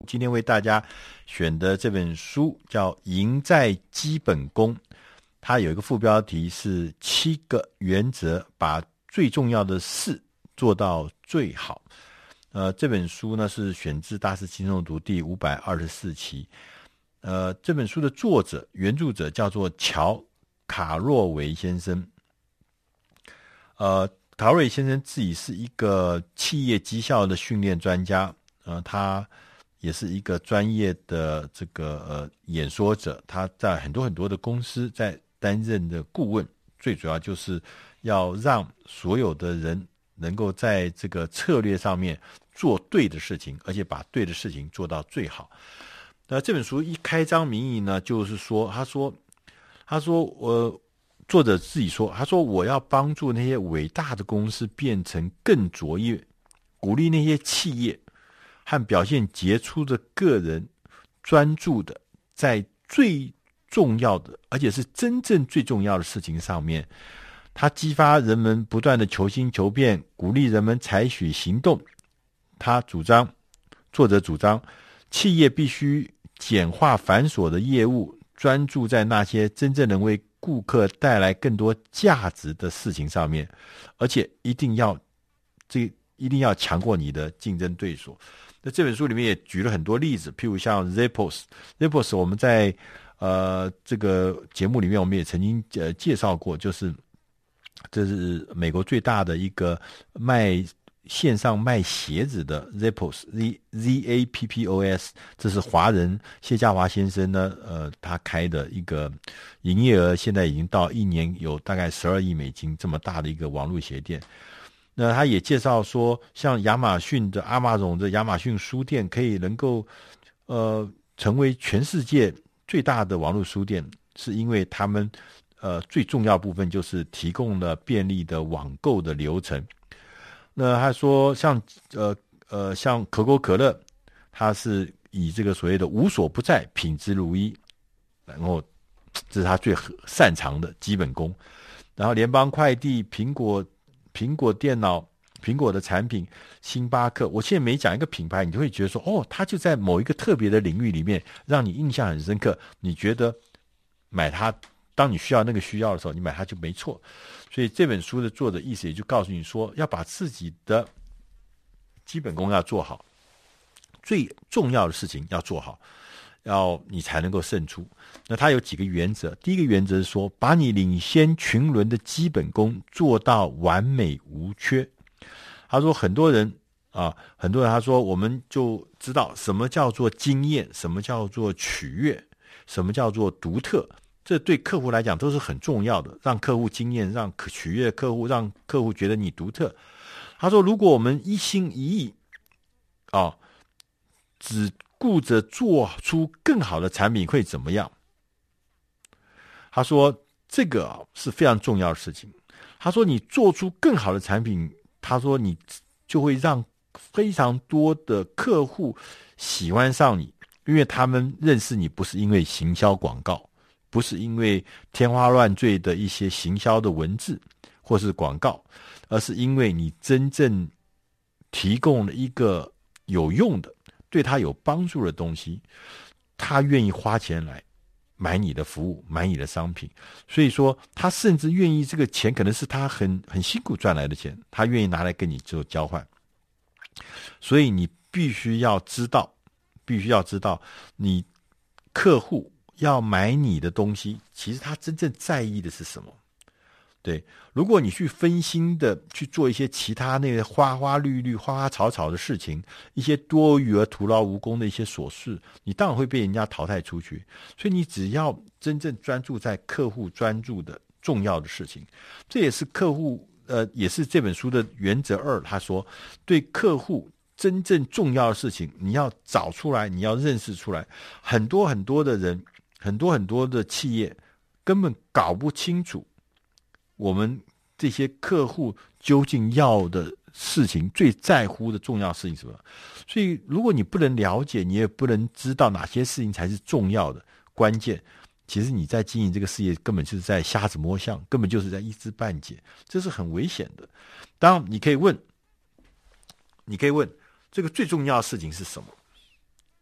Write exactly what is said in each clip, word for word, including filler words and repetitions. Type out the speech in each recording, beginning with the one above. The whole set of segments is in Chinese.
今天为大家选的这本书叫《赢在基本功》，它有一个副标题是七个原则把最重要的事做到最好。呃，这本书呢是选自大师轻松读第五百二十四期。呃，这本书的作者原著者叫做乔卡若维先生。呃，卡若维先生自己是一个企业绩效的训练专家，呃，他也是一个专业的这个呃演说者，他在很多很多的公司在担任的顾问，最主要就是要让所有的人能够在这个策略上面做对的事情，而且把对的事情做到最好。那这本书一开章明义呢，就是说，他说，他说，呃，作者自己说，他说我要帮助那些伟大的公司变成更卓越，鼓励那些企业和表现杰出的个人专注的在最重要的，而且是真正最重要的事情上面。他激发人们不断的求新求变，鼓励人们采取行动。他主张，作者主张，企业必须简化繁琐的业务，专注在那些真正能为顾客带来更多价值的事情上面，而且一定要这一定要强过你的竞争对手。那这本书里面也举了很多例子，譬如像 Zappos，Zappos 我们在呃这个节目里面我们也曾经呃介绍过，就是这是美国最大的一个卖线上卖鞋子的 Zappos Z Z A P P O S， 这是华人谢家华先生呢，呃，他开的一个营业额现在已经到一年有大概十二亿美金这么大的一个网络鞋店。那他也介绍说，像亚马逊的阿玛总的亚马逊书店可以能够呃成为全世界最大的网络书店，是因为他们呃最重要部分就是提供了便利的网购的流程。那他说像呃呃像可口可乐，它是以这个所谓的无所不在，品质如一，然后这是他最擅长的基本功。然后联邦快递、苹果、苹果电脑、苹果的产品、星巴克，我现在每讲一个品牌，你就会觉得说，哦，它就在某一个特别的领域里面，让你印象很深刻。你觉得买它，当你需要那个需要的时候，你买它就没错。所以这本书的作者意思也就告诉你说，要把自己的基本功要做好，最重要的事情要做好，要你才能够胜出。那他有几个原则，第一个原则是说，把你领先群伦的基本功做到完美无缺。他说很多人啊，很多人他说我们就知道什么叫做经验，什么叫做取悦，什么叫做独特，这对客户来讲都是很重要的，让客户经验，让取悦客户，让客户觉得你独特。他说如果我们一心一意啊，只顾着做出更好的产品会怎么样？他说这个、啊、是非常重要的事情。他说你做出更好的产品，他说你就会让非常多的客户喜欢上你，因为他们认识你不是因为行销广告，不是因为天花乱坠的一些行销的文字或是广告，而是因为你真正提供了一个有用的对他有帮助的东西，他愿意花钱来买你的服务，买你的商品。所以说他甚至愿意这个钱可能是他很很辛苦赚来的钱，他愿意拿来跟你做交换。所以你必须要知道必须要知道你客户要买你的东西，其实他真正在意的是什么。对，如果你去分心的去做一些其他那个花花绿绿花花草草的事情，一些多余而徒劳无功的一些琐事，你当然会被人家淘汰出去。所以你只要真正专注在客户专注的重要的事情，这也是客户呃，也是这本书的原则二。他说对客户真正重要的事情你要找出来，你要认识出来。很多很多的人，很多很多的企业根本搞不清楚我们这些客户究竟要的事情，最在乎的重要事情是什么。所以如果你不能了解，你也不能知道哪些事情才是重要的关键，其实你在经营这个事业根本就是在瞎子摸象，根本就是在一知半解，这是很危险的。当然你可以问你可以问这个最重要的事情是什么。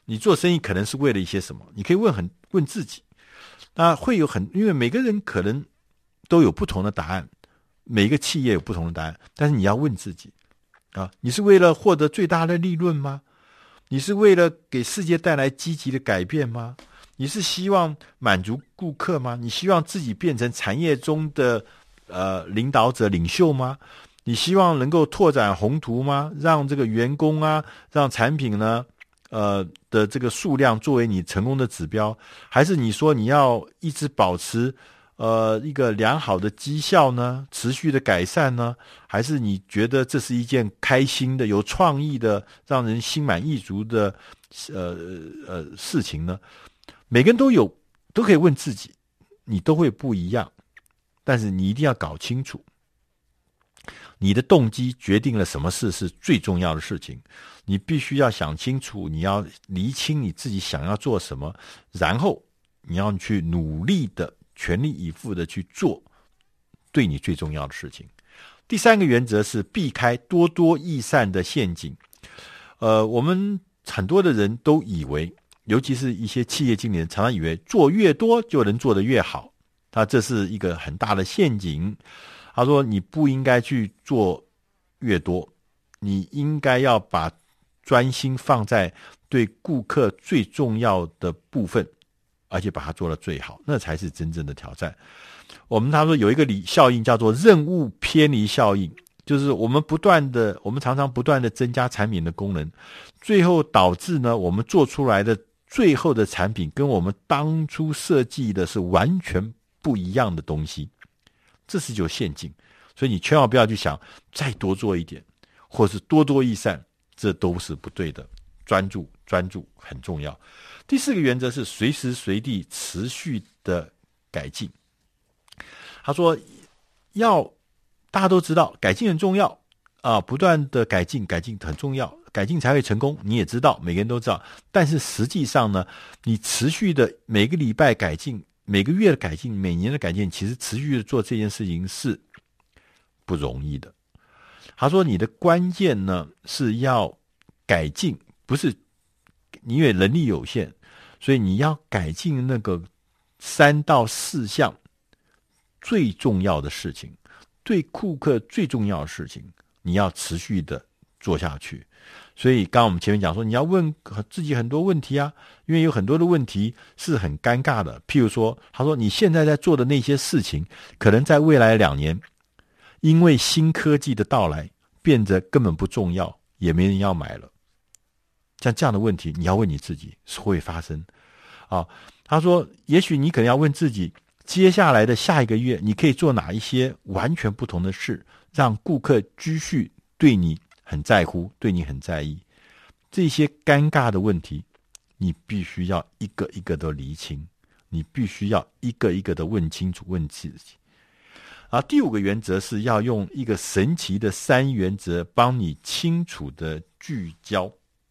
你做生意可能是为了一些什么？你可以问很问自己。那会有很，因为每个人可能都有不同的答案，每个企业有不同的答案，但是你要问自己啊，你是为了获得最大的利润吗？你是为了给世界带来积极的改变吗？你是希望满足顾客吗？你希望自己变成产业中的呃领导者、领袖吗？你希望能够拓展宏图吗？让这个员工啊，让产品呢，呃的这个数量作为你成功的指标，还是你说你要一直保持呃一个良好的绩效呢，持续的改善呢？还是你觉得这是一件开心的、有创意的、让人心满意足的呃呃事情呢？每个人都有，都可以问自己，你都会不一样，但是你一定要搞清楚。你的动机决定了什么事是最重要的事情，你必须要想清楚，你要厘清你自己想要做什么，然后你要去努力的全力以赴的去做对你最重要的事情。第三个原则是避开多多益善的陷阱。呃，我们很多的人都以为，尤其是一些企业经理人常常以为做越多就能做得越好，那这是一个很大的陷阱。他说你不应该去做越多，你应该要把专心放在对顾客最重要的部分，而且把它做得最好，那才是真正的挑战。我们他说有一个理效应叫做任务偏离效应，就是我们不断的我们常常不断的增加产品的功能，最后导致呢我们做出来的最后的产品跟我们当初设计的是完全不一样的东西，这是就陷阱。所以你千万不要去想再多做一点，或是多多益善，这都是不对的。专注专注很重要。第四个原则是随时随地持续的改进。他说要大家都知道改进很重要啊，不断的改进改进很重要，改进才会成功，你也知道，每个人都知道。但是实际上呢，你持续的每个礼拜改进，每个月的改进，每年的改进，其实持续的做这件事情是不容易的。他说你的关键呢是要改进，不是因为能力有限，所以你要改进那个三到四项最重要的事情，对顾客最重要的事情，你要持续的做下去。所以刚刚我们前面讲说，你要问自己很多问题啊，因为有很多的问题是很尴尬的。譬如说，他说你现在在做的那些事情，可能在未来两年，因为新科技的到来，变得根本不重要，也没人要买了。像这样的问题，你要问你自己是会发生啊。他说，也许你可能要问自己，接下来的下一个月，你可以做哪一些完全不同的事，让顾客继续对你很在乎，对你很在意。这些尴尬的问题，你必须要一个一个的厘清，你必须要一个一个的问清楚，问自己。啊，第五个原则是要用一个神奇的三原则帮你清楚的聚焦。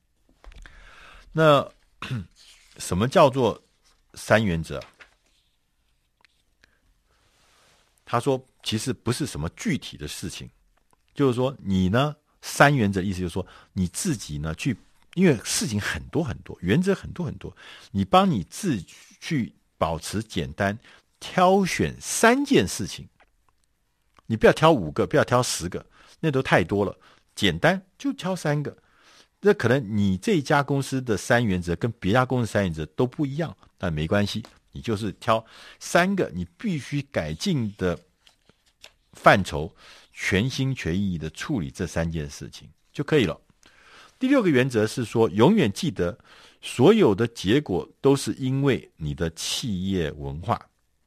那什么叫做三原则？他说其实不是什么具体的事情，就是说你呢，三原则意思就是说你自己呢去，因为事情很多很多，原则很多很多，你帮你自己去保持简单，挑选三件事情。你不要挑五个，不要挑十个，那都太多了，简单就挑三个。这可能你这家公司的三原则跟别家公司三原则都不一样，但没关系，你就是挑三个你必须改进的范畴，全心全意的处理这三件事情就可以了。第六个原则是说，永远记得所有的结果都是因为你的企业文化。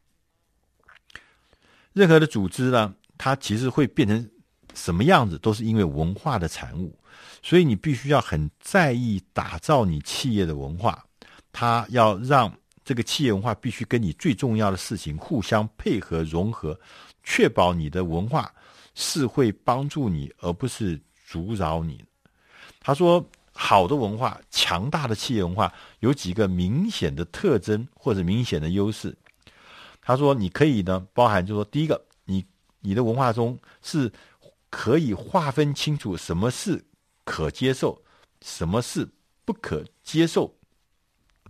任何的组织呢，它其实会变成什么样子，都是因为文化的产物。所以你必须要很在意打造你企业的文化，它要让这个企业文化必须跟你最重要的事情互相配合融合，确保你的文化是会帮助你，而不是阻扰你。他说，好的文化，强大的企业文化有几个明显的特征或者明显的优势。他说，你可以呢，包含就是说，第一个，你你的文化中是可以划分清楚什么是可接受，什么是不可接受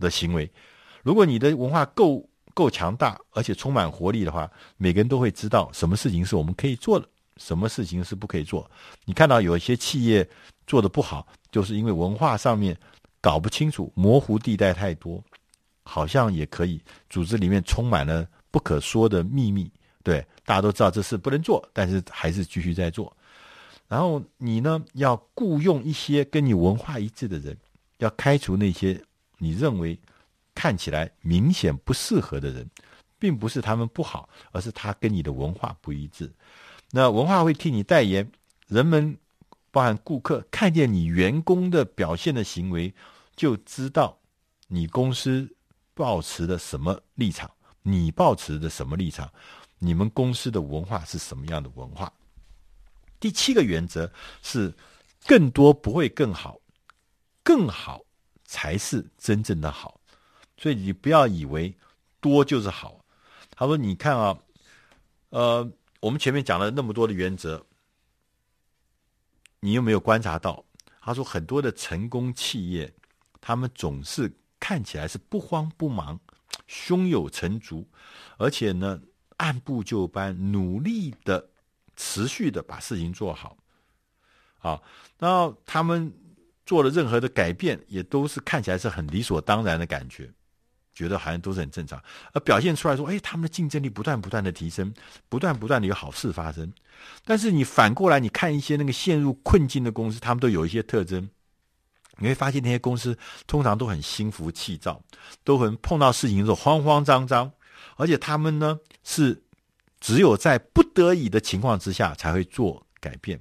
的行为。如果你的文化够够强大，而且充满活力的话，每个人都会知道什么事情是我们可以做的，什么事情是不可以做。你看到有一些企业做得不好，就是因为文化上面搞不清楚，模糊地带太多，好像也可以，组织里面充满了不可说的秘密，对，大家都知道这事不能做，但是还是继续在做。然后你呢，要雇佣一些跟你文化一致的人，要开除那些你认为看起来明显不适合的人，并不是他们不好，而是他跟你的文化不一致。那文化会替你代言，人们包含顾客看见你员工的表现的行为，就知道你公司抱持的什么立场，你抱持的什么立场，你们公司的文化是什么样的文化。第七个原则是更多不会更好，更好才是真正的好。所以你不要以为多就是好。他说你看啊，呃，我们前面讲了那么多的原则，你有没有观察到？他说很多的成功企业，他们总是看起来是不慌不忙，胸有成竹，而且呢按部就班，努力的持续的把事情做好啊。然后他们做了任何的改变，也都是看起来是很理所当然的感觉，觉得好像都是很正常，而表现出来说，哎，他们的竞争力不断不断的提升，不断不断的有好事发生。但是你反过来，你看一些那个陷入困境的公司，他们都有一些特征，你会发现那些公司通常都很心浮气躁，都很碰到事情的时候慌慌张张，而且他们呢是只有在不得已的情况之下才会做改变。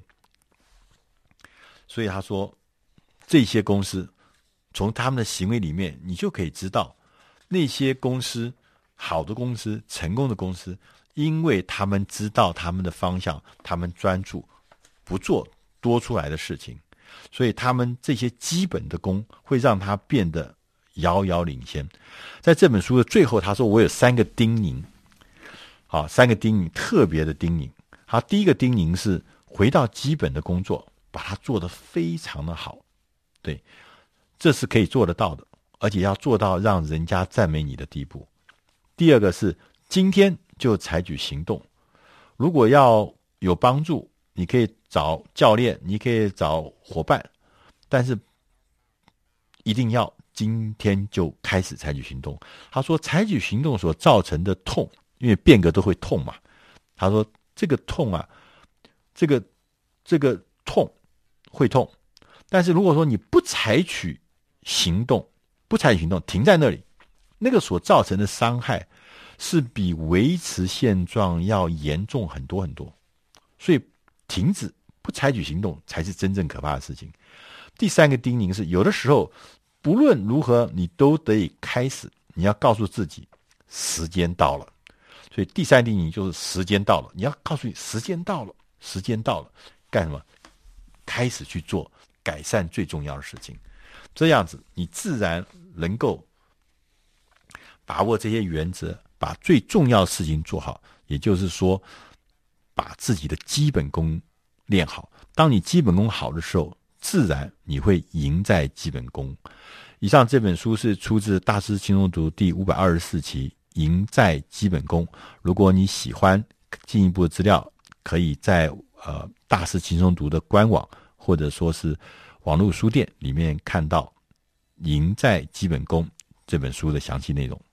所以他说，这些公司从他们的行为里面，你就可以知道那些公司，好的公司，成功的公司，因为他们知道他们的方向，他们专注，不做多出来的事情，所以他们这些基本的功会让他变得遥遥领先。在这本书的最后，他说我有三个叮咛，好，三个叮咛，特别的叮咛。好，第一个叮咛是回到基本的工作，把它做得非常的好，对，这是可以做得到的，而且要做到让人家赞美你的地步。第二个是今天就采取行动，如果要有帮助，你可以找教练，你可以找伙伴，但是一定要今天就开始采取行动。他说采取行动所造成的痛，因为变革都会痛嘛，他说这个痛啊，这个这个痛会痛，但是如果说你不采取行动，不采取行动，停在那里，那个所造成的伤害是比维持现状要严重很多很多。所以停止不采取行动才是真正可怕的事情。第三个叮咛是，有的时候不论如何你都得开始，你要告诉自己时间到了。所以第三叮咛就是时间到了，你要告诉你时间到了，时间到了，干什么？开始去做改善最重要的事情，这样子你自然能够把握这些原则，把最重要的事情做好，也就是说把自己的基本功练好。当你基本功好的时候，自然你会赢在基本功。以上这本书是出自大师轻松读第五百二十四期，赢在基本功。如果你喜欢进一步的资料，可以在呃大师轻松读的官网或者说是网络书店里面看到《赢在基本功》这本书的详细内容。